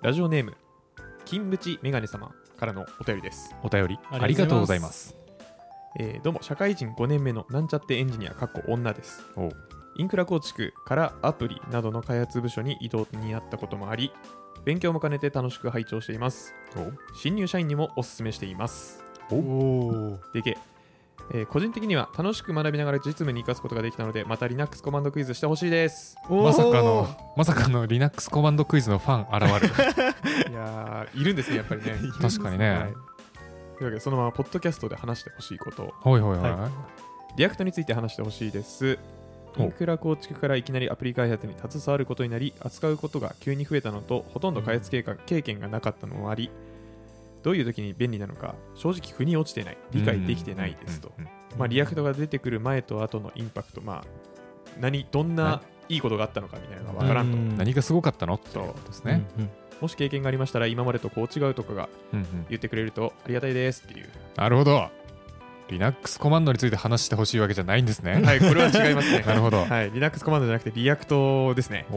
ラジオネーム金淵メガネ様からのお便りです。 お便りありがとうございます。 どうも、社会人5年目のなんちゃってエンジニア女です。インフラ構築からアプリなどの開発部署に移動になったこともあり、勉強も兼ねて楽しく拝聴しています。新入社員にもお勧めしています。でけ個人的には楽しく学びながら実務に生かすことができたので、また Linux コマンドクイズしてほしいです。 まさかの Linux コマンドクイズのファン現れる。 いやいるんですね、やっぱりね。 確かにね、 はい、というわけでそのままポッドキャストで話してほしいことはいリアクトについて話してほしいです。インフラ構築からいきなりアプリ開発に携わることになり、扱うことが急に増えたのと、ほとんど開発経験がなかったのもあり、どういう時に便利なのか正直腑に落ちてない、理解できてないですと。リアクトが出てくる前と後のインパクト、どんないいことがあったのかみたいなのが分からんと。 何がすごかったのってことですね。 もし経験がありましたら、今までとこう違うとかが言ってくれるとありがたいですっていう。 なるほど。Linux コマンドについて話してほしいわけじゃないんですね。 はい、これは違いますね。 なるほど。 はい、Linux コマンドじゃなくてリアクトですね。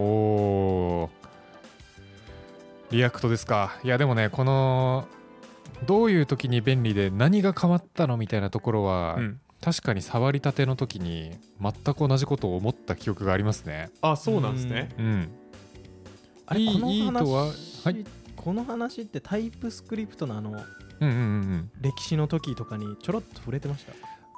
リアクトですか。いやでもね、このどういう時に便利で何が変わったのみたいなところは、確かに触りたての時に全く同じことを思った記憶がありますね。 あ、そうなんですね。 あれ、この話ってタイプスクリプトの歴史の時とかにちょろっと触れてました。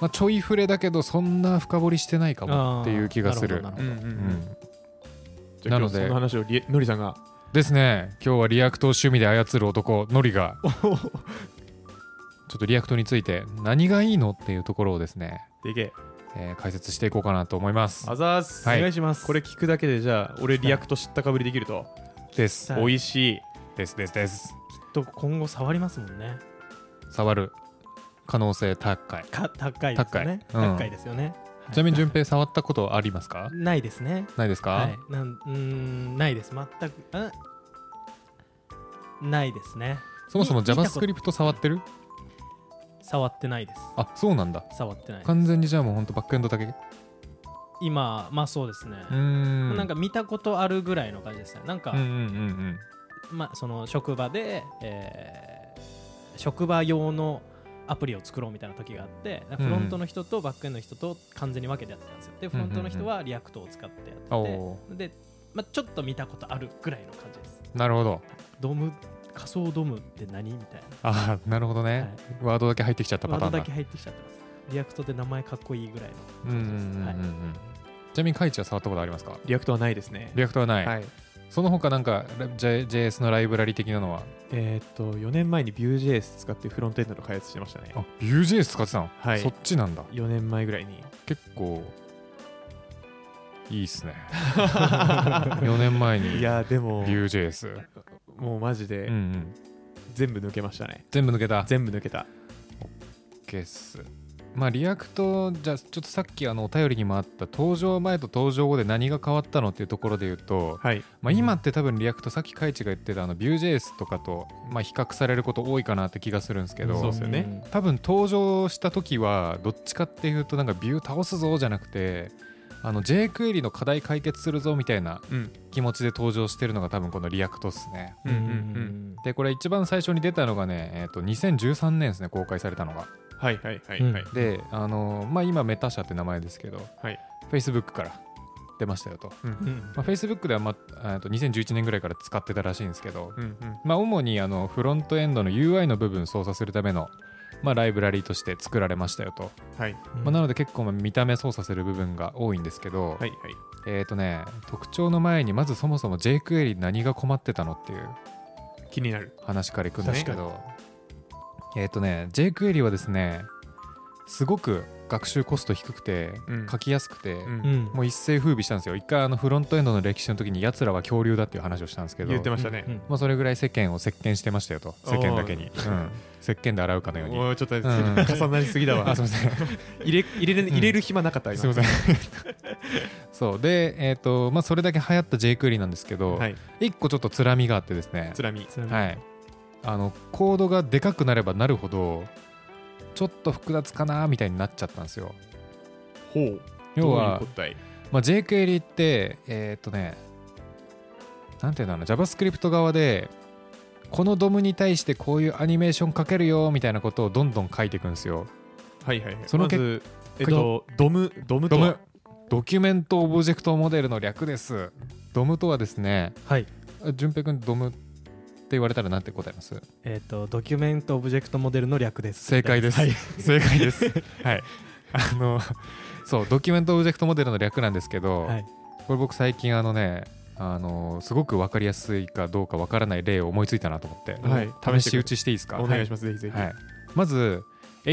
ちょい触れだけどそんな深掘りしてないかもっていう気がする。 なのでその話をのりさんがですね、今日はリアクトを趣味で操る男のりがちょっとリアクトについて何がいいのっていうところをですね、解説していこうかなと思います。 あざーす、お願いします。これ聞くだけでじゃあ俺リアクト知ったかぶりできるとです。 美味しいですきっと今後触りますもんね。 触る可能性高いですよね。高いですよね。 ちなみに順平触ったことありますか？ ないですね。 ないですか？ ないです。全くないですね。 そもそも JavaScript 触ってる？ 触ってないです。 あ、そうなんだ。 触ってない。 完全にじゃあもうほんとバックエンドだけ？ 今そうですね。なんか見たことあるぐらいの感じですね。なんかその職場で、職場用のアプリを作ろうみたいな時があって、フロントの人とバックエンドの人と完全に分けてやってたんですよ。でフロントの人はリアクトを使ってやってて、で、ちょっと見たことあるぐらいの感じです。 なるほど。 仮想ドムって何みたいな。 あ、なるほどね、ワードだけ入ってきちゃったパターンだ。 ワードだけ入ってきちゃってます。リアクトで名前かっこいいぐらいの感じです。 ちなみにカイチは触ったことありますか？ リアクトはないですね。 リアクトはない、その他なんか JS のライブラリ的なのは 4年前に Vue.js 使ってフロントエンドの開発してましたね。 あ、Vue.js 使ってたの？ はい、 そっちなんだ。 4年前ぐらいに。 結構いいっすね。4年前にいやでも Vue.js もうマジで全部抜けましたね。 全部抜けた。 全部抜けた。 OK っす。リアクト、じゃあちょっとさっきお便りにもあった登場前と登場後で何が変わったのっていうところで言うと、今って多分リアクト、さっきカイチが言ってたVue.js とかと比較されること多いかなって気がするんですけど、 そうですよね。 多分登場した時はどっちかっていうとなんかビュー倒すぞじゃなくてjQuery の課題解決するぞみたいな気持ちで登場してるのが多分このリアクトっすね。でこれ一番最初に出たのがね、2013年ですね、公開されたのが。で今メタ社って名前ですけど、Facebook から出ましたよと。Facebook では2011年ぐらいから使ってたらしいんですけど、主にフロントエンドの UI の部分操作するためのライブラリーとして作られましたよと。なので結構見た目操作する部分が多いんですけど、特徴の前にまずそもそも jQuery 何が困ってたのっていう気になる話からいくんですけど、jQuery はですね、すごく学習コスト低くて書きやすくて、もう一世風靡したんですよ。一回フロントエンドの歴史の時に奴らは恐竜だっていう話をしたんですけど、 言ってましたね。 それぐらい世間を席巻してましたよと。世間だけに、石鹸で洗うかのように。 もうちょっと重なりすぎだわ。 すいません。 入れる暇なかった。 すいません。そうで、それだけ流行った jQuery なんですけど、一個ちょっとつらみがあってですね。 つらみ。 はい。コードがでかくなればなるほどちょっと複雑かなみたいになっちゃったんですよ。要はjQuery ってなんていうんだろうな、JavaScript 側でこのドムに対してこういうアニメーションかけるよみたいなことをどんどん書いていくんですよ。 はいはいはい。 そのまずドムとはドキュメントオブジェクトモデルの略です。ドムとはですね、 はい、 順平くんドムって言われたら何て答えます？ ドキュメントオブジェクトモデルの略です。 正解です、はい、正解ですはいそうドキュメントオブジェクトモデルの略なんですけど、はい、これ僕最近すごく分かりやすいかどうか分からない例を思いついたなと思って、はい、試し打ちしていいですか？ お願いします、ぜひぜひ、 はい、まず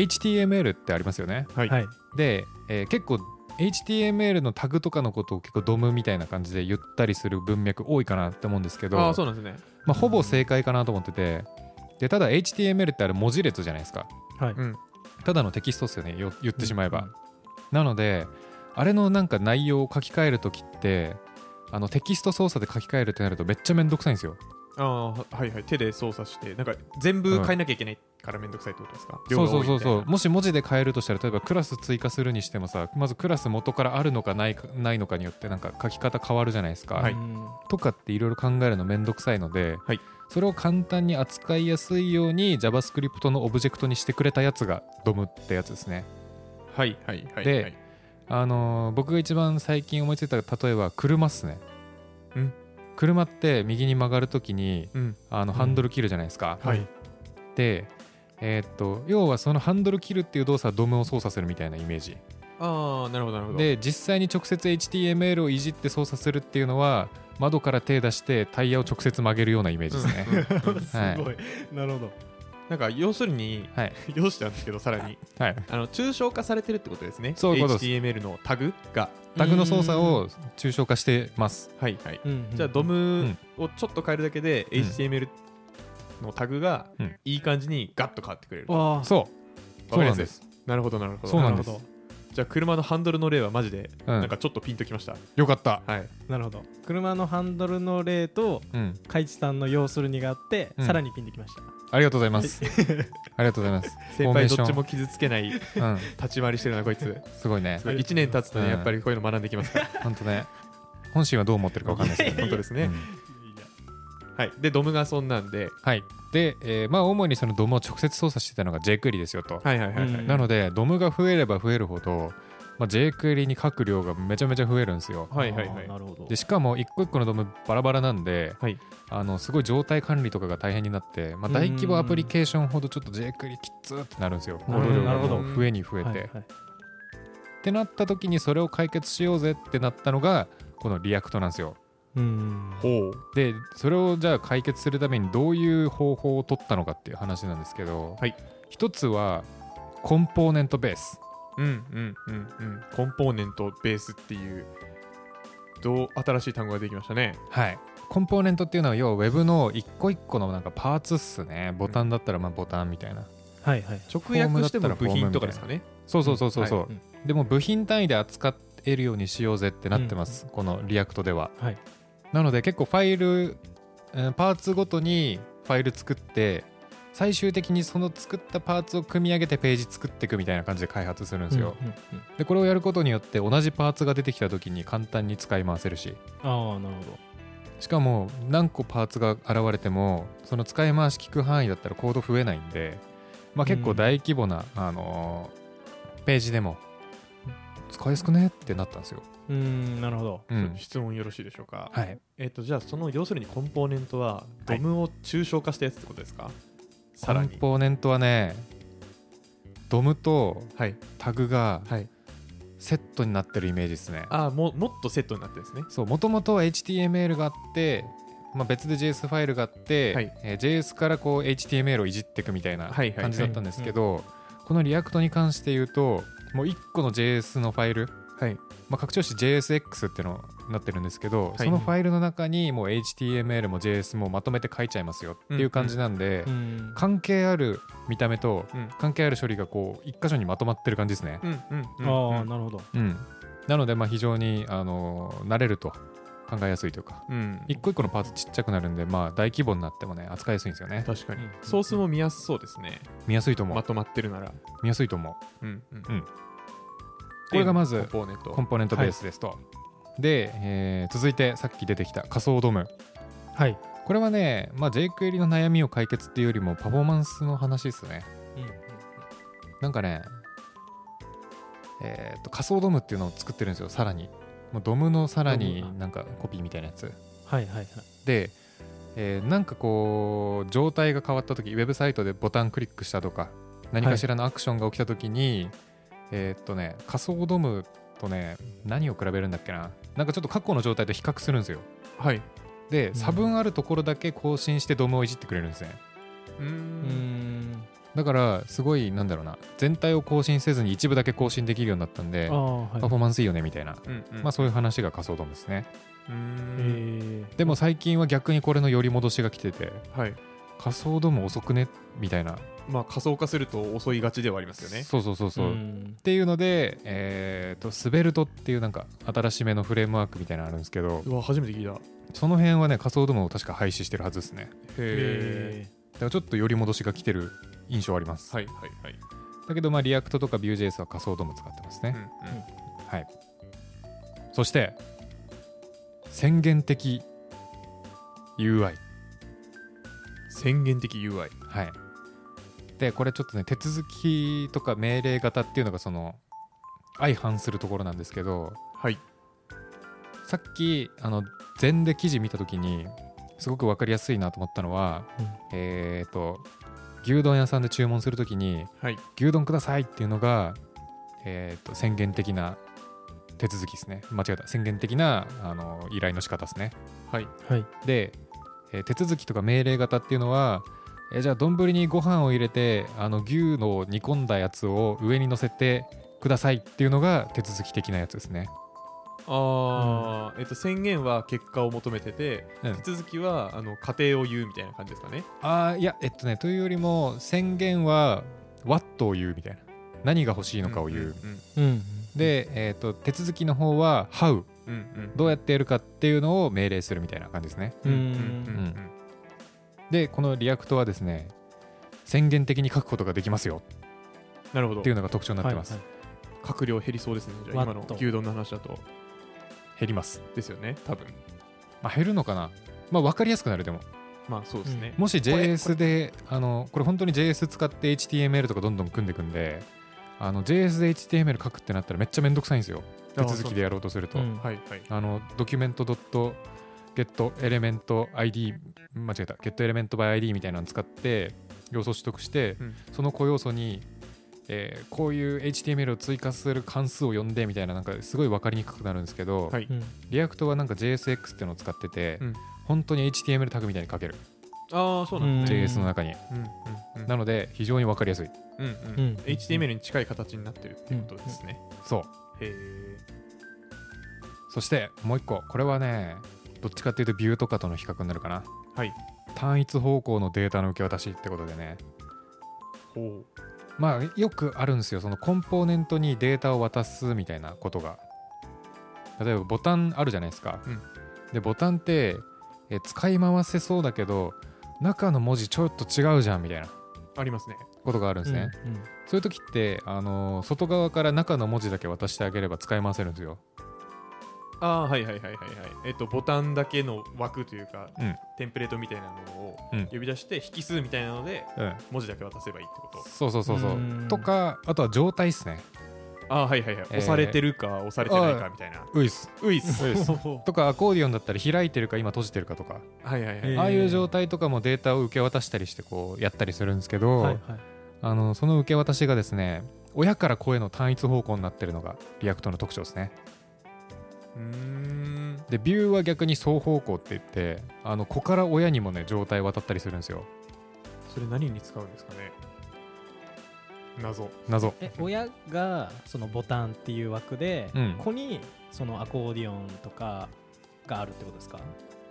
HTML ってありますよね、 はい、 で、結構 HTML のタグとかのことを結構ドムみたいな感じで言ったりする文脈多いかなって思うんですけど、 そうなんですね、 ほぼ正解かなと思ってて、でただ HTML ってあれ文字列じゃないですか、 はい、 ただのテキストっすよね、言ってしまえば、なのであれのなんか内容を書き換えるときってテキスト操作で書き換えるってなるとめっちゃめんどくさいんですよ。 はいはい、手で操作してなんか全部変えなきゃいけないからめんどくさいってことですか？ そうもし文字で変えるとしたら、例えばクラス追加するにしてもさ、まずクラス元からあるのかないのかによってなんか書き方変わるじゃないですか、はい、とかっていろいろ考えるのめんどくさいので、はい、それを簡単に扱いやすいように JavaScript のオブジェクトにしてくれたやつが DOM ってやつですね。 はいはいはい、 で、僕が一番最近思いついた例えば車っすね。車って右に曲がるときに、ハンドル切るじゃないですか、はい、で、要はそのハンドル切るっていう動作はドムを操作するみたいなイメージ。 なるほどなるほど。 で実際に直接 HTML をいじって操作するっていうのは窓から手出してタイヤを直接曲げるようなイメージですねすごい、なるほど。 なんか要するに、はい、要してなんですけどさらに、はい、抽象化されてるってことですね。 そういうことです。 HTML のタグの操作を抽象化してます。 はいはい、じゃあ DOM をちょっと変えるだけで、HTML のタグがいい感じにガッと変わってくれる、 そうなんです。 なるほどなるほど。 そうなんです。 じゃあ車のハンドルの例はマジでなんかちょっとピンときました、 よかった、 はい、なるほど。車のハンドルの例と海地さんの要するにがあって、さらにピンときました。 ありがとうございます、ありがとうございます。 先輩どっちも傷つけない立ち回りしてるなこいつ。 すごいね。 1年経つとね、やっぱりこういうの学んできますから本当ね、本心はどう思ってるか分かんないですけど本当ですね、はい。で DOM がそんなんで、 はい。で、主にその DOM を直接操作してたのが jQuery ですよと。 はいはいはい、はい、 なので DOM が増えれば増えるほど、jQuery に書く量がめちゃめちゃ増えるんですよ。 はいはいはい。 なるほど。 でしかも一個一個の DOM バラバラなんで、はい、すごい状態管理とかが大変になって、大規模アプリケーションほどちょっと jQuery きつってなるんですよ。コード量が増えに増えて、はいはい、ってなった時にそれを解決しようぜってなったのがこのリアクトなんですよ。 ほう。 でそれをじゃあ解決するためにどういう方法を取ったのかっていう話なんですけど、はい、一つはコンポーネントベース。 コンポーネントベースっていう新しい単語ができましたね。 はい。コンポーネントっていうのは要は Web の一個一個のなんかパーツっすね。ボタンだったらボタンみたいな、 はいはい、 直訳しても部品とかですかね。 そう、はい、でも部品単位で扱えるようにしようぜってなってます、このリアクトでは、はい、なので結構ファイル、パーツごとにファイル作って最終的にその作ったパーツを組み上げてページ作っていくみたいな感じで開発するんですよ、でこれをやることによって同じパーツが出てきた時に簡単に使い回せるし、 なるほど。 しかも何個パーツが現れてもその使い回し効く範囲だったらコード増えないんで、結構大規模な、ページでも使いやすくねってなったんですよ。 なるほど、 質問よろしいでしょうか。 はい。 じゃあその要するにコンポーネントは DOM を抽象化したやつってことですか？ コンポーネントはね DOM とタグがセットになってるイメージですね。 もっとセットになってるんですね。 そう、もともとは HTML があって、別で JS ファイルがあって、はい、JS からこう HTML をいじっていくみたいな感じだったんですけど、このリアクトに関して言うともう1個の JS のファイル、はい、拡張子 JSX っていうのになってるんですけど、そのファイルの中にもう HTML も JS もまとめて書いちゃいますよっていう感じなんで、関係ある見た目と関係ある処理がこう1箇所にまとまってる感じですね。 なるほど。 なので非常に慣れると考えやすいというか、一個一個のパーツちっちゃくなるんで、大規模になってもね扱いやすいんですよね。 確かに、ソースも見やすそうですね。 見やすいと思う。 まとまってるなら見やすいと思う。これがまずコンポーネントベースですと、で、続いてさっき出てきた仮想ドム、 はい、 これはね、まあ、jQuery の悩みを解決っていうよりもパフォーマンスの話ですね。なんかね、仮想ドムっていうのを作ってるんですよ。さらにもうドムのさらになんかコピーみたいなやつで、なんかこう状態が変わった時、ウェブサイトでボタンクリックしたとか何かしらのアクションが起きた時に、仮想ドムとね、何を比べるんだっけな、なんかちょっと過去の状態と比較するんですよ。 はい。 で、差分あるところだけ更新してドムをいじってくれるんですね。だからすごい、なんだろうな、全体を更新せずに一部だけ更新できるようになったんで、パフォーマンスいいよねみたいな、まあそういう話が仮想ドムですね。でも最近は逆にこれの寄り戻しが来てて、はい、仮想ドム遅くねみたいな、 まあ仮想化すると遅いがちではありますよね。 そうっていうので、スベルトっていうなんか新しめのフレームワークみたいなのあるんですけど、 うわ初めて聞いた。 その辺はね仮想ドムを確か廃止してるはずですね。へえ。だからちょっと寄り戻しが来てる印象あります。はいはいはい。だけどまあリアクトとか Vue.js は仮想ドム使ってますね。はい。そして宣言的 UI。 宣言的 UI。 はい。でこれちょっとね、手続きとか命令型っていうのがその相反するところなんですけど、はい。さっき前で記事見たときにすごく分かりやすいなと思ったのは、牛丼屋さんで注文するときに、はい、牛丼くださいっていうのが、宣言的な手続きですね。間違えた、宣言的な依頼の仕方ですね。はい、はい、で、手続きとか命令型っていうのは、じゃあ丼にご飯を入れて牛の煮込んだやつを上に乗せてくださいっていうのが手続き的なやつですね。 宣言は結果を求めてて、手続きは過程を言うみたいな感じですかね。 いやというよりも宣言は What を言うみたいな、何が欲しいのかを言う、で、手続きの方は How、どうやってやるかっていうのを命令するみたいな感じですね。でこのリアクトはですね、宣言的に書くことができますよ。 なるほど。 っていうのが特徴になってます。 閣僚減りそうですね。じゃあ今の牛丼の話だと減りますですよね、多分。 まあ減るのかな。まあ分かりやすくなる。でもまあそうですね。 もし JS でこれ本当に JS 使って HTML とかどんどん組んでいくんで、JS で HTML 書くってなったらめっちゃめんどくさいんですよ、手続きでやろうとすると。ドキュメント .get element ID 間違えた get element by ID みたいなのを使って要素取得して、その個要素にこういう HTML を追加する関数を呼んでみたいな、なんかすごい分かりにくくなるんですけど、リアクトはなんか JSX っていうのを使ってて、本当に HTML タグみたいに書ける。 そうなんですね。JS の中に。なので非常に分かりやすい。 HTML に近い形になってるっていうことですね。 そう。そしてもう一個、これはね、どっちかっていうとビューとかとの比較になるかな。はい。単一方向のデータの受け渡しってことでね。ほう。まあよくあるんですよ、そのコンポーネントにデータを渡すみたいなことが。例えばボタンあるじゃないですか。でボタンって使い回せそうだけど中の文字ちょっと違うじゃんみたいなありますね、 ことがあるんですね。そういう時って外側から中の文字だけ渡してあげれば使い回せるんですよ。 はいはいはいはいはい。ボタンだけの枠というか、テンプレートみたいなのを呼び出して引数みたいなので、文字だけ渡せばいいってこと。 そうとか、あとは状態っすね。 はいはいはい。押されてるか押されてないかみたいな。 ウイスとか、アコーディオンだったら開いてるか今閉じてるかとか、ああいう状態とかもデータを受け渡したりしてこうやったりするんですけど、その受け渡しがですね、親から子への単一方向になってるのがリアクトの特徴ですね。でビューは逆に双方向って言って子から親にもね状態渡ったりするんですよ。 それ何に使うんですかね。謎。 親がそのボタンっていう枠で、子にそのアコーディオンとかがあるってことですか。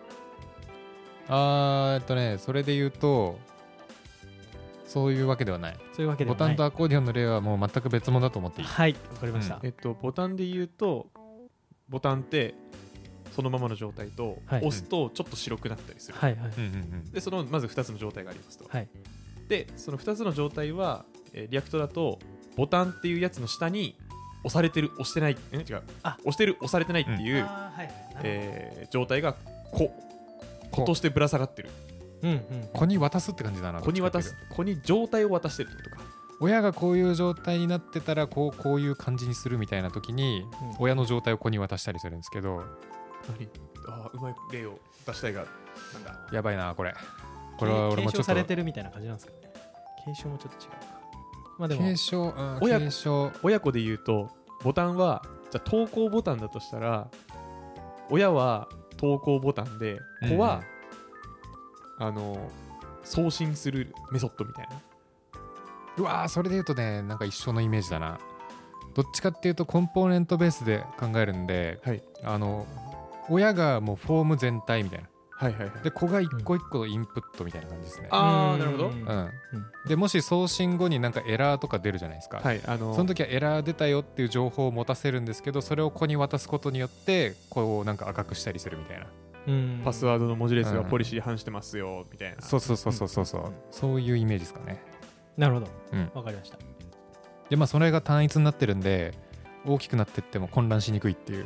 それで言うとそういうわけではない。 そういうわけではない。 ボタンとアコーディオンの例はもう全く別物だと思っていい。 はい、わかりました。 ボタンで言うと、ボタンってそのままの状態と、押すとちょっと白くなったりする。でそのまず2つの状態がありますと。でその2つの状態は、リアクトだとボタンっていうやつの下に押されてる押してない押してる押されてないっていう、状態が子子としてぶら下がってる、 子に渡すって感じだな。 子に渡す、子に状態を渡してるってことか。 親がこういう状態になってたらこういう感じにするみたいな時に、親の状態を子に渡したりするんですけど、 うまい例を出したいが、なんだやばいなこれは俺もちょっと継承されてるみたいな感じなんですかね。継承もちょっと違うか。まあでも継承、 親子で言うとボタンはじゃあ投稿ボタンだとしたら、親は投稿ボタンで子は、送信するメソッドみたいな。 うわー、それで言うとね、なんか一緒のイメージだな。どっちかっていうとコンポーネントベースで考えるんで、 はい、 親がもうフォーム全体みたいな、 はいはいはい、 で子が一個一個インプットみたいな感じですね。 ああ、なるほど。 でもし送信後になんかエラーとか出るじゃないですか、 はい、 その時はエラー出たよっていう情報を持たせるんですけど、それを子に渡すことによってこうなんか赤くしたりするみたいな。 パスワードの文字列がポリシー反してますよみたいな。 そうそういうイメージですかね。 なるほど、わかりました。 でまあそれが単一になってるんで、大きくなってっても混乱しにくいっていう。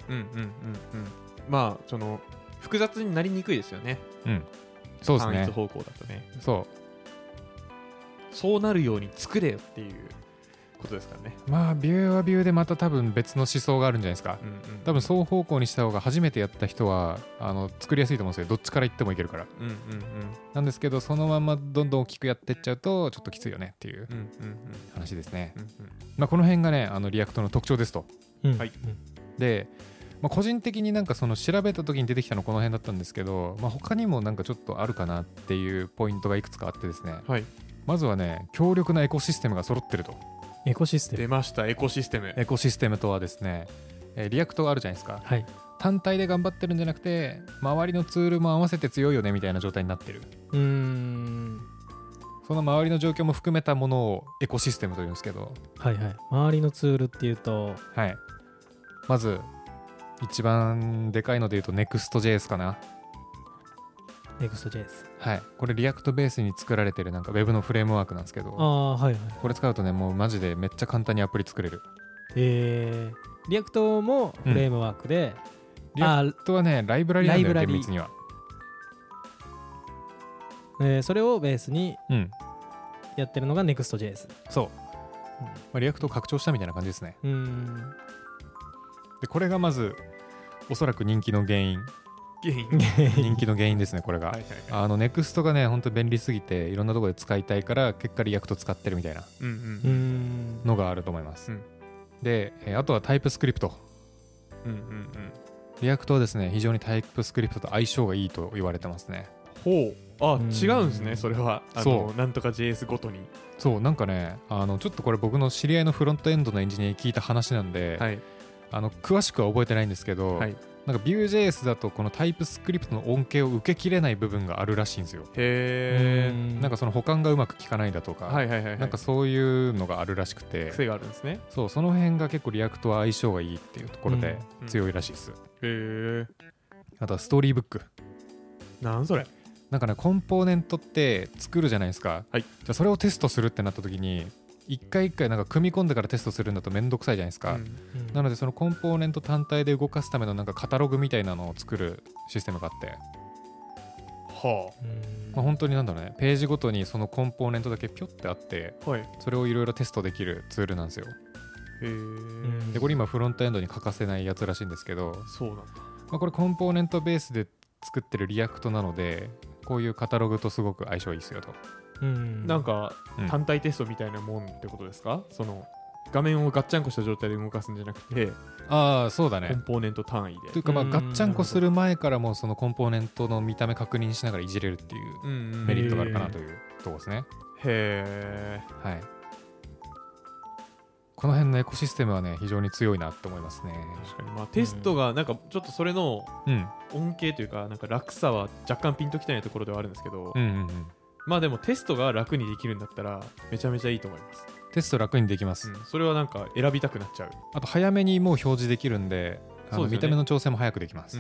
まあその複雑になりにくいですよね。 そうですね。 単一方向だとね。そうなるように作れよっていうことですからね。 まあビューはビューでまた多分別の思想があるんじゃないですか。多分双方向にした方が初めてやった人は作りやすいと思うんですよ。どっちから行ってもいけるから。なんですけど、そのままどんどん大きくやってっちゃうとちょっときついよねっていう話ですね。まあこの辺がねリアクトの特徴ですと。で、個人的になんかその調べた時に出てきたのこの辺だったんですけど、他にもなんかちょっとあるかなっていうポイントがいくつかあってですね、まずはね、強力なエコシステムが揃ってると。 エコシステム出ました。エコシステム。 エコシステムとはですね、リアクトがあるじゃないですか、単体で頑張ってるんじゃなくて周りのツールも合わせて強いよねみたいな状態になってる。その周りの状況も含めたものをエコシステムというんですけど、 周りのツールっていうと、 まず一番でかいので言うと Next.js かな。 Next.js、 これリアクトベースに作られてるなんか Web のフレームワークなんですけど、これ使うとね、もうマジでめっちゃ簡単にアプリ作れる。 リアクトもフレームワークで、 リアクトはねライブラリなんだよ、厳密には。 それをベースにやってるのが Next.js。 リアクトを拡張したみたいな感じですね。でこれがまずおそらく人気の原因ですね。これがNext がね本当に便利すぎていろんなところで使いたいから結果リアクト使ってるみたいなのがあると思います。であとはタイプスクリプト。リアクトはですね非常にタイプスクリプトと相性がいいと言われてますね。 違うんですね。それはなんとか JS ごとに。 なんかねちょっとこれ僕の知り合いのフロントエンドのエンジニアに聞いた話なんで、詳しくは覚えてないんですけど、なんか Vue.js だとこのタイプスクリプトの恩恵を受けきれない部分があるらしいんですよ。なんかその保管がうまく効かないだとか、なんかそういうのがあるらしくて、 癖があるんですね。 その辺が結構リアクトは相性がいいっていうところで強いらしいです。あとはストーリーブック。 なんそれ。 なんかね、コンポーネントって作るじゃないですか。じゃあそれをテストするってなった時に一回一回なんか組み込んでからテストするんだとめんどくさいじゃないですか。なのでそのコンポーネント単体で動かすためのなんかカタログみたいなのを作るシステムがあって、本当になんだろうね、ページごとにそのコンポーネントだけピョってあって、それをいろいろテストできるツールなんですよ。でこれ今フロントエンドに欠かせないやつらしいんですけど、これコンポーネントベースで作ってるリアクトなので、こういうカタログとすごく相性いいですよと。 なんか単体テストみたいなもんってことですか。その画面をガッチャンコした状態で動かすんじゃなくて、 そうだね、 コンポーネント単位でというか、ガッチャンコする前からもそのコンポーネントの見た目確認しながらいじれるっていうメリットがあるかなというところですね。この辺のエコシステムはね非常に強いなと思いますね。 確かに、テストがなんかちょっとそれの恩恵というか、なんか楽さは若干ピンときてないところではあるんですけど、でもテストが楽にできるんだったらめちゃめちゃいいと思います。テスト楽にできます。 それはなんか選びたくなっちゃう。 あと早めにもう表示できるんで、見た目の調整も早くできます。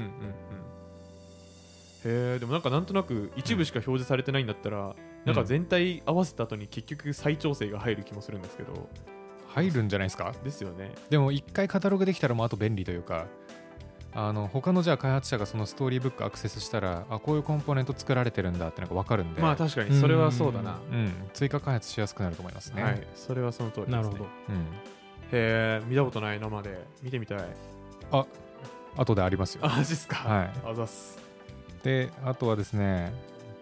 でもなんかなんとなく一部しか表示されてないんだったら、なんか全体合わせた後に結局再調整が入る気もするんですけど。 入るんじゃないですか。 ですよね。 でも一回カタログできたらもうあと便利というか、 他のじゃあ開発者がそのストーリーブックアクセスしたらこういうコンポーネント作られてるんだってのが分かるんで、 まあ確かにそれはそうだな。 追加開発しやすくなると思いますね。 はい、それはその通りですね。 なるほど。 へえ、見たことない生で見てみたい。 後でありますよ。 マジっすか。 はい。 あざっす。 であとはですね、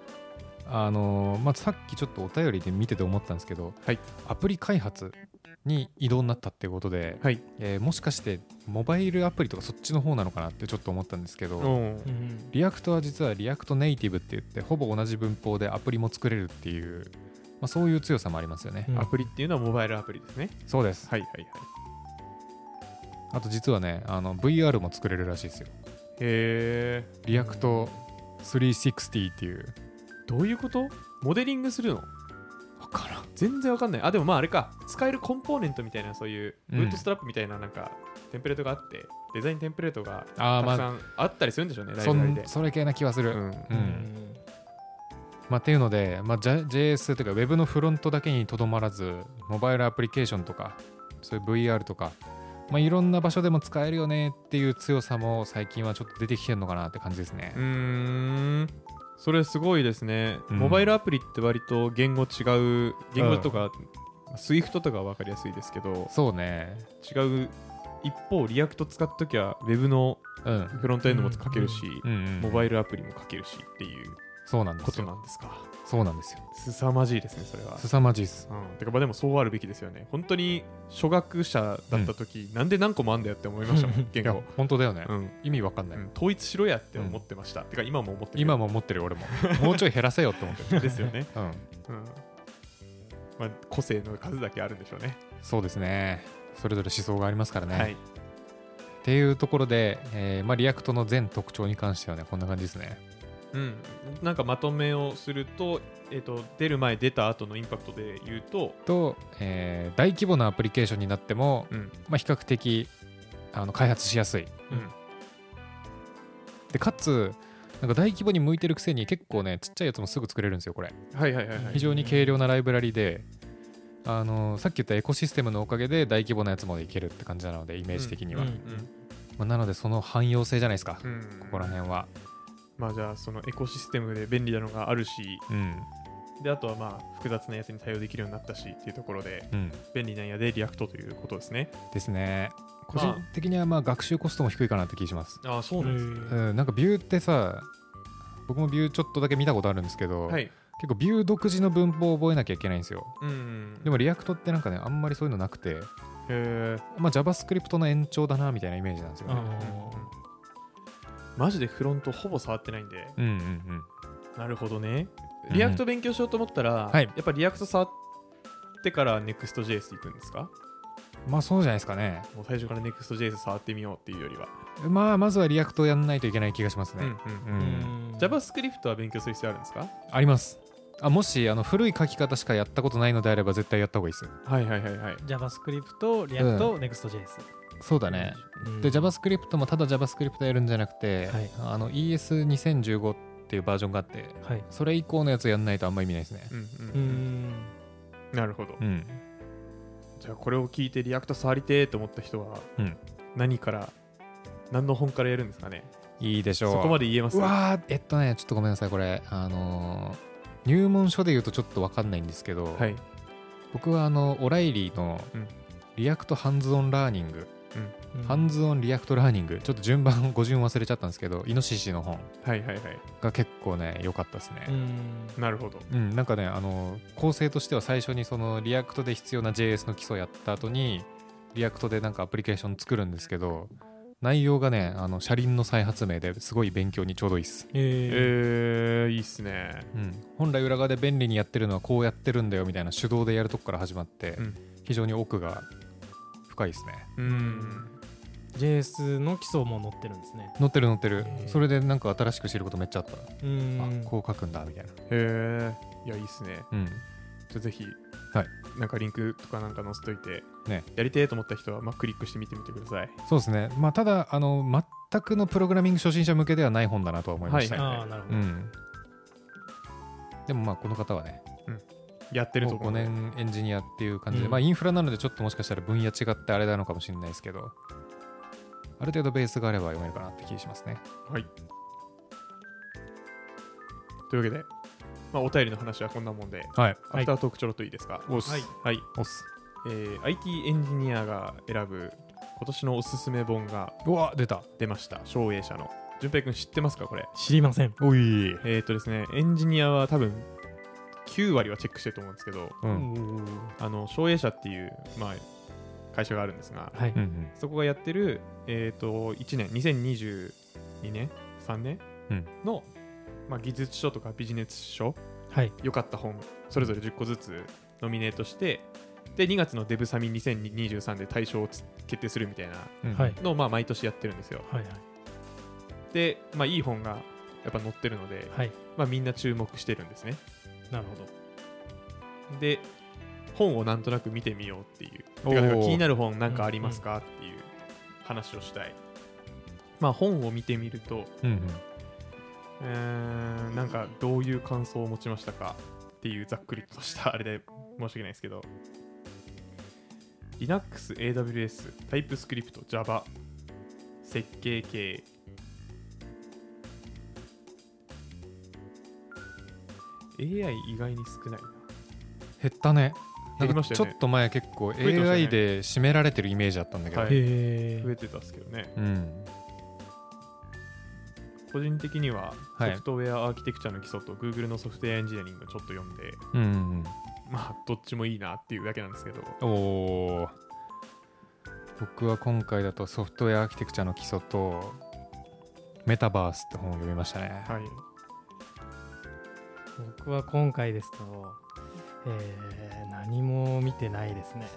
さっきちょっとお便りで見てて思ったんですけど、 はい、 アプリ開発に移動になったっていうことで、 はい、 もしかしてモバイルアプリとかそっちの方なのかなってちょっと思ったんですけど、リアクトは実はリアクトネイティブって言ってほぼ同じ文法でアプリも作れるっていう、そういう強さもありますよね。 アプリっていうのはモバイルアプリですね。 そうです。 はいはいはい。 あと実はねVR も作れるらしいですよ。 へえ。 リアクト360っていう。 どういうこと？モデリングするの？ 分からん。 全然分かんない。でもあれか、使えるコンポーネントみたいな、そういうブートストラップみたいななんかテンプレートがあって、デザインテンプレートがたくさんあったりするんでしょうね、ライブラリで。 それ系な気はする。っていうので、JS というか Web のフロントだけにとどまらず、モバイルアプリケーションとかそういう VR とか、いろんな場所でも使えるよねっていう強さも最近はちょっと出てきてるのかなって感じですね。 それすごいですね。モバイルアプリって割と言語とか、Swift とかは分かりやすいですけど、 そうね、 違う。一方リアクト使った時は Web のフロントエンドも書けるし、モバイルアプリも書けるしっていうことなんですか。 そうなんですよ。 凄まじいですね、それは。 凄まじいです。 てかでもそうあるべきですよね。本当に初学者だった時、なんで何個もあんだよって思いましたもん、言語。 本当だよね。意味わかんない。 統一しろやって思ってました。てか今も思ってる。 今も思ってる俺も。もうちょい減らせよって思ってる。 ですよね。個性の数だけあるんでしょうね。 そうですね。それぞれ思想がありますからね。 はい。 っていうところで、リアクトの全特徴に関してはねこんな感じですね。 なんかまとめをすると、出る前出た後のインパクトで言うと大規模なアプリケーションになっても、比較的開発しやすい、でかつなんか大規模に向いてるくせに結構ねちっちゃいやつもすぐ作れるんですよこれ。非常に軽量なライブラリで、さっき言ったエコシステムのおかげで大規模なやつまでいけるって感じなのでイメージ的には、なのでその汎用性じゃないですか、ここら辺は。 じゃあそのエコシステムで便利なのがあるし、であとは複雑なやつに対応できるようになったしっていうところで、便利なんやでリアクトということですね。 ですね。個人的には学習コストも低いかなって気がします。 そうなんですね。 なんかビューってさ、僕もビューちょっとだけ見たことあるんですけど、結構ビュー独自の文法を覚えなきゃいけないんですよ。でもリアクトってなんかねあんまりそういうのなくて、JavaScript の延長だなみたいなイメージなんですよね。 マジでフロントほぼ触ってないんで、なるほどね。リアクト勉強しようと思ったら、やっぱりリアクト触ってから Next.js 行くんですか？ そうじゃないですかね。 もう最初から Next.js 触ってみようっていうよりはまずはリアクトをやんないといけない気がしますね。 JavaScript は勉強する必要あるんですか？ あります。もし古い書き方しかやったことないのであれば絶対やった方がいいです。 JavaScript、リアクト、Next.js。 そうだね。で JavaScript もただ JavaScript やるんじゃなくて、ES2015 っていうバージョンがあって、それ以降のやつやんないとあんま意味ないですね。 なるほど。じゃあこれを聞いてリアクト触りてーと思った人は、何の本からやるんですかね？ いいでしょう。 そこまで言えます？ ちょっとごめんなさいこれ入門書で言うとちょっと分かんないんですけど、僕はオライリーのリアクトハンズオンラーニング、ハンズオンリアクトラーニング、ちょっと語順忘れちゃったんですけど、イノシシの本が結構ね良かったですね。 なるほど。 なんかね構成としては最初にそのリアクトで必要な JS の基礎をやった後にリアクトでなんかアプリケーション作るんですけど、内容がね車輪の再発明ですごい勉強にちょうどいいっす。 いいっすね。 本来裏側で便利にやってるのはこうやってるんだよみたいな手動でやるとこから始まって、非常に奥が深いですね。 JS の基礎も載ってるんですね。 載ってる。それでなんか新しく知ることめっちゃあった。こう書くんだみたいな。 いやいいっすね。じゃあぜひなんかリンクとかなんか載せといて、やりてーと思った人はクリックしてみてみてください。 そうですね。ただ全くのプログラミング初心者向けではない本だなとは思いました。 なるほど。 でもこの方はね、 やってると 5年エンジニアっていう感じで、インフラなのでちょっともしかしたら分野違ってあれなのかもしれないですけど、 ある程度ベースがあれば読めるかなって気がしますね。 はい。というわけで、まあ、お便りの話はこんなもんで、 はい。 アフタートークちょろっといいですか。 おっす。 はい。 おっす。 IT エンジニアが選ぶ今年のおすすめ本がうわ、出た。 出ました。照英社の。順平くん知ってますかこれ。 知りません。 おい。 ですね、エンジニアは多分9割はチェックしてると思うんですけど、 うん。 照英社っていう、まあ、会社があるんですが、 はい。 そこがやってる、1年、2022年、3年の、まあ、技術書とかビジネス書、 はい。 良かった本、それぞれ10個ずつノミネートして、で、2月のデブサミ2023で大賞を決定するみたいなはい。 のを、まあ、毎年やってるんですよ。 はい。 で、まあ、いい本がやっぱ載ってるので、 はい。 まあ、みんな注目してるんですね。 なるほど。 で、本をなんとなく見てみようっていう。 おーてか気になる本なんかありますかっていう話をしたい。まあ、本を見てみると、なんかどういう感想を持ちましたかっていうざっくりとしたあれで申し訳ないですけど、Linux、AWS、TypeScript、Java、設計系、AI 意外に少ないな。 減ったね。 減りましたよねちょっと前結構てましたね AI で占められてるイメージあったんだけど、 はいへ増えてたっすけどね。個人的にははいソフトウェアアーキテクチャの基礎と Google のソフトウェアエンジニアリングをちょっと読んで、まあどっちもいいなっていうだけなんですけど、 おー、僕は今回だとソフトウェアアーキテクチャの基礎とメタバースって本を読みましたね。 はい。 僕は今回ですと、何も見てないですね。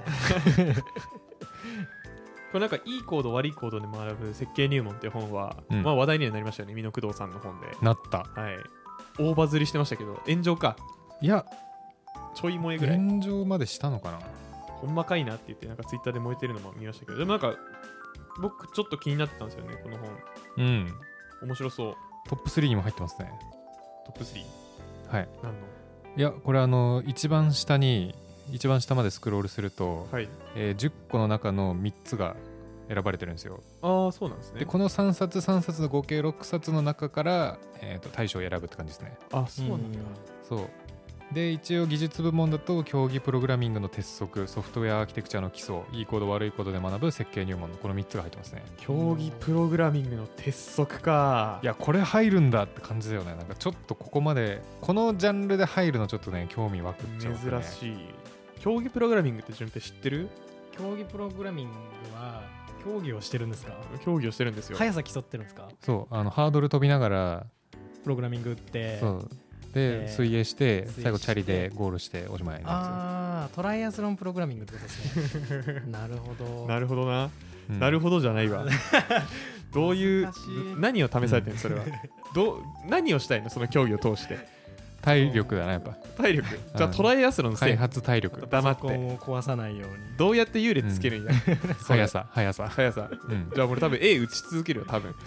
これなんかいいコード悪いコードで学ぶ設計入門って本は、まあ話題にはなりましたよね。美濃工藤さんの本で。 なった。 はい。大バズりしてましたけど、炎上か。 いや、 ちょい燃えぐらい。 炎上までしたのかな。 ほんまかいなって言って、なんかツイッターで燃えてるのも見ましたけど、でもなんか、僕ちょっと気になってたんですよね、この本。面白そう。 トップ3にも入ってますね。 トップ 3。 はい。 何の？ いや、これ一番下までスクロールすると、 はい。 10個の中の3つが選ばれてるんですよ。 ああ、そうなんですね。 でこの3冊の合計6冊の中から、大賞を選ぶって感じですね。 あ、そうなんだ。 そうで、一応技術部門だと競技プログラミングの鉄則、ソフトウェアアーキテクチャの基礎、いいコード悪いコードで学ぶ設計入門のこの3つが入ってますね。 競技プログラミングの鉄則か。 いや、これ入るんだって感じだよね。なんかちょっとここまでこのジャンルで入るのちょっとね、興味湧くっちゃう、ね、 珍しい。競技プログラミングって順平知ってる？ 競技プログラミングは競技をしてるんですか？ 競技をしてるんですよ。 速さ競ってるんですか？ そう、ハードル飛びながらプログラミングって。 そうで、水泳して最後チャリでゴールしておしまいああ、トライアスロンプログラミングってことですね。なるほど。 なるほどな。なるほどじゃないわ。どういう何を試されてるのそれは。何をしたいのその競技を通して。 体力だな、やっぱ。 体力。じゃあトライアスロン開発体力。 黙って。 パソコンを壊さないように。 どうやって優劣つけるんや。 速さ。 じゃあ俺多分 A 打ち続けるよ多分。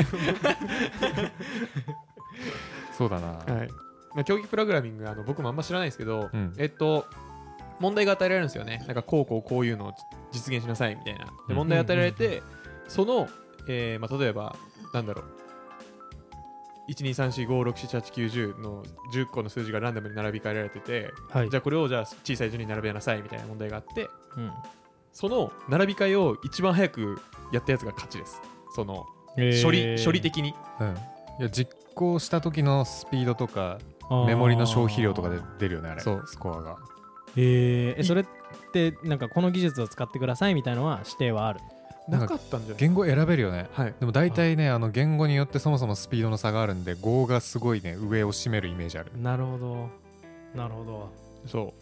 そうだな。 はい。競技プログラミング僕もあんま知らないですけど、問題が与えられるんですよね。なんかこういうのを実現しなさいみたいな。で問題が与えられて、その、例えばなんだろう。12345678910の10個の数字がランダムに並び替えられてて、じゃあこれをじゃあ小さい順に並べなさいみたいな問題があって、その並び替えを一番早くやったやつが勝ちです。その処理的に、 いや、実行した時のスピードとかメモリの消費量とかで出るよね、あれ。そう、スコアが。 それってなんかこの技術を使ってくださいみたいなのは指定はある？ なかったんじゃない？ 言語選べるよね。 はい。 でも大体ね、言語によってそもそもスピードの差があるんで、Go がすごいね、上を占めるイメージある。 なるほど。なるほど。 そう。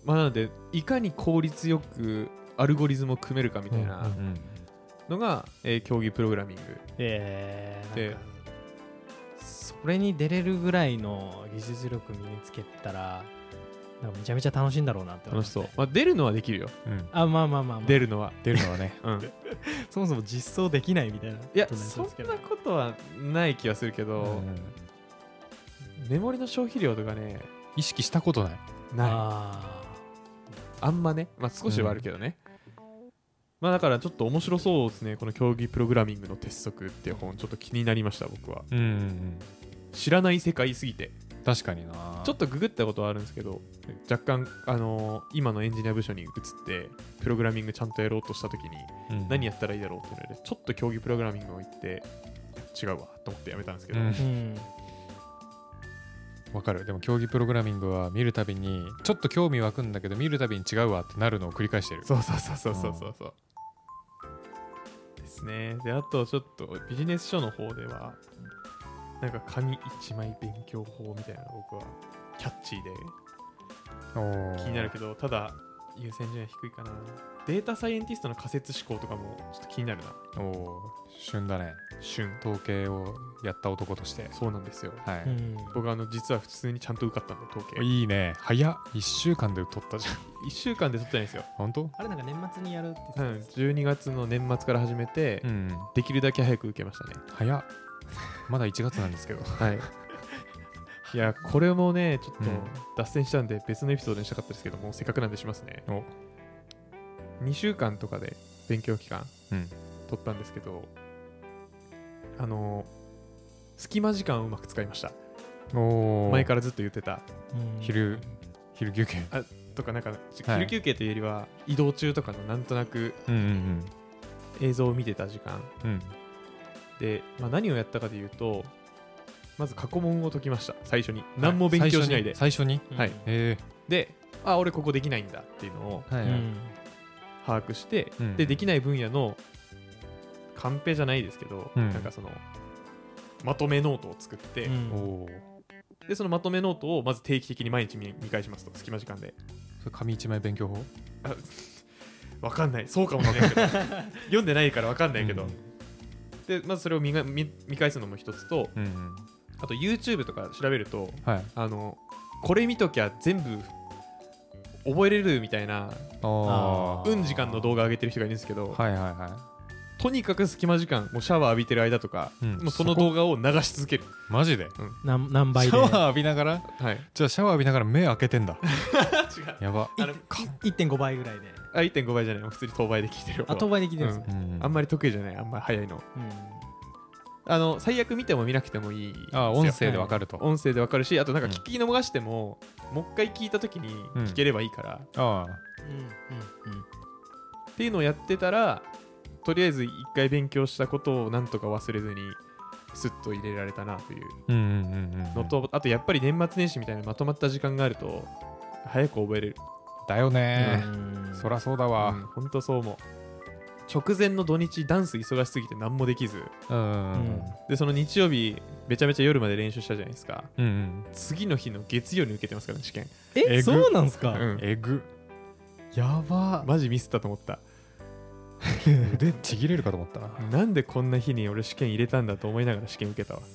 まあなので、いかに効率よくアルゴリズムを組めるかみたいなのが、競技プログラミング。 なんかそれに出れるぐらいの技術力身につけたら、なんかめちゃめちゃ楽しいんだろうなって思います、ね。 楽しそう。まあ出るのはできるよ。 まあ。 出るのはね。 そもそも実装できないみたいな。 いや、そんなことはない気がするけど、メモリの消費量とかね、 意識したことない。 あんまね。まあ少しはあるけどね。 まあだからちょっと面白そうですね、この競技プログラミングの鉄則っていう本ちょっと気になりました僕は。 うんうんうん、 知らない世界すぎて。 確かにな。 ちょっとググったことはあるんですけど、若干今のエンジニア部署に移ってプログラミングちゃんとやろうとした時に何やったらいいだろうっていうのでちょっと競技プログラミングを言って違うわと思ってやめたんですけど、 わかる。でも競技プログラミングは見るたびにちょっと興味湧くんだけど見るたびに違うわってなるのを繰り返してる。 そうですね。であとちょっとビジネス書の方ではなんか紙一枚勉強法みたいなの僕はキャッチーで気になるけど、ただ優先順位は低いかな。データサイエンティストの仮説思考とかもちょっと気になるな。 旬だね。 旬。 統計をやった男として。 そうなんですよ、 はい、 僕実は普通にちゃんと受かったんで統計。 いいね。早っ。1週間で取ったじゃん。 1週間で取ってないんですよ。 本当？ あれなんか年末にやるって言ってた、12月の年末から始めて、できるだけ早く受けましたね。 早っ。まだ1月なんですけど。 はい。いやこれもねちょっと脱線したんで別のエピソードにしたかったですけども、せっかくなんでしますね。2週間とかで勉強期間取ったんですけど、隙間時間をうまく使いました。前からずっと言ってた昼休憩とか、なんか昼休憩というよりは移動中とかのなんとなく映像を見てた時間、で、何をやったかというと、まず過去問を解きました。最初に何も勉強しないで。 最初にはい。で、俺ここできないんだっていうのを把握して、でできない分野のカンペじゃないですけど、なんかそのまとめノートを作って、でそのまとめノートをまず定期的に毎日見返しますと、隙間時間で。 それ紙一枚勉強法？ わかんない。そうかもしれないけど読んでないからわかんないけど、でまずそれを見返すのも一つと、あと YouTube とか調べると、これ見ときゃ全部覚えれるみたいな時間の動画上げてる人がいるんですけど、とにかく隙間時間、もうシャワー浴びてる間とか、もうその動画を流し続ける。 マジで？ 何倍で？ シャワー浴びながら？じゃあシャワー浴びながら目開けてんだ。 違う。 やば。 1.5 倍ぐらいで。 1.5 倍じゃない、普通に等倍で聞いてる。 等倍で聞いてるんですか？あんまり得意じゃない、あんまり早いの。最悪見ても見なくてもいい。 音声でわかると。 音声でわかるし、あとなんか聞き逃しても、もう一回聞いたときに聞ければいいから。っていうのをやってたら、とりあえず一回勉強したことをなんとか忘れずにスッと入れられたなというのと、あとやっぱり年末年始みたいなまとまった時間があると早く覚えれる。 だよね。そらそうだわ。 ほんとそう思う。直前の土日ダンス忙しすぎて何もできず、でその日曜日めちゃめちゃ夜まで練習したじゃないですか。次の日の月曜に受けてますからね、試験。 そうなんすか？ えぐ。 やば。 マジミスったと思った。 腕ちぎれるかと思ったな。 なんでこんな日に俺試験入れたんだと思いながら試験受けたわ。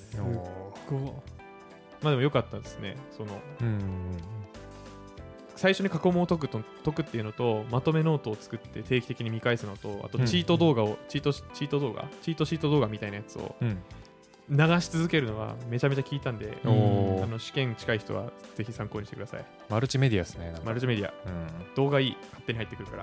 まあでも良かったですね。その最初に過去問を解くっていうのと、まとめノートを作って定期的に見返すのと、あとチート動画を、チートシート動画みたいなやつを流し続けるのはめちゃめちゃ効いたんで、試験近い人はぜひ参考にしてください。 マルチメディアですね。 マルチメディア、動画いい、勝手に入ってくるから。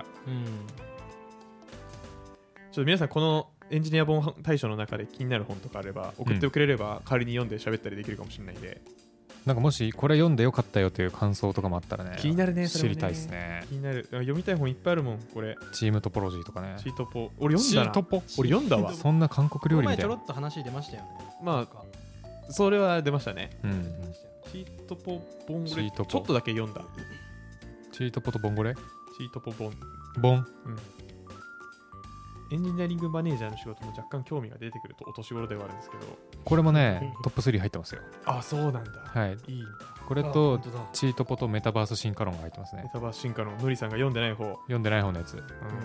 ちょっと皆さんこのエンジニア本大賞の中で気になる本とかあれば送ってくれれば、代わりに読んで喋ったりできるかもしれないんで、 なんかもしこれ読んでよかったよという感想とかもあったらね、 気になるね。 知りたいですね。 気になる。読みたい本いっぱいあるもん。これチームトポロジーとかね。 チートポ、俺読んだな。俺読んだわ。 そんな韓国料理みたいな。 前ちょろっと話出ましたよね。 まあそれは出ましたね。チートポボンゴレ、ちょっとだけ読んだ。 チートポとボンゴレ？ チートポボンエンジニアリングマネージャーの仕事も若干興味が出てくるとお年頃ではあるんですけど、 これもねトップ3入ってますよ。 あ、そうなんだ。 はい、いいんだ。これとチートポとメタバース進化論が入ってますね。 メタバース進化論、のりさんが読んでない方のやつ。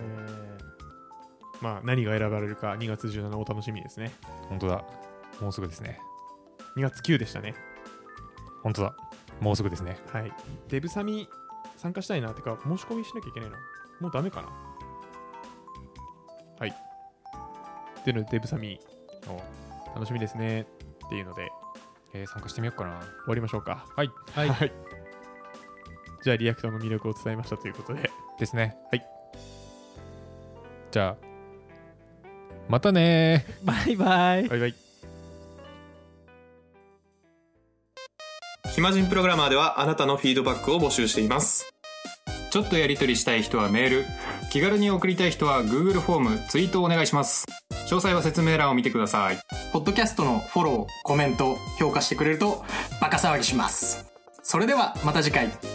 まあ何が選ばれるか2月17お楽しみですね。 本当だ、もうすぐですね。 2月9でしたね。 本当だ、もうすぐですね。 はい。デブサミ参加したいな。ってか申し込みしなきゃいけないな。もうダメかな。はい。っていうのでデブサミ楽しみですねっていうので、 参加してみようかな。 終わりましょうか。 はい。 じゃあリアクトの魅力を伝えましたということでですね。 はい。 じゃあまたね。 バイバイ。 バイバイ。暇人プログラマーではあなたのフィードバックを募集しています。 ちょっとやり取りしたい人はメール、気軽に送りたい人は Google フォーム、ツイートをお願いします。詳細は説明欄を見てください。 ポッドキャストのフォロー、コメント、評価してくれるとバカ騒ぎします。それではまた次回。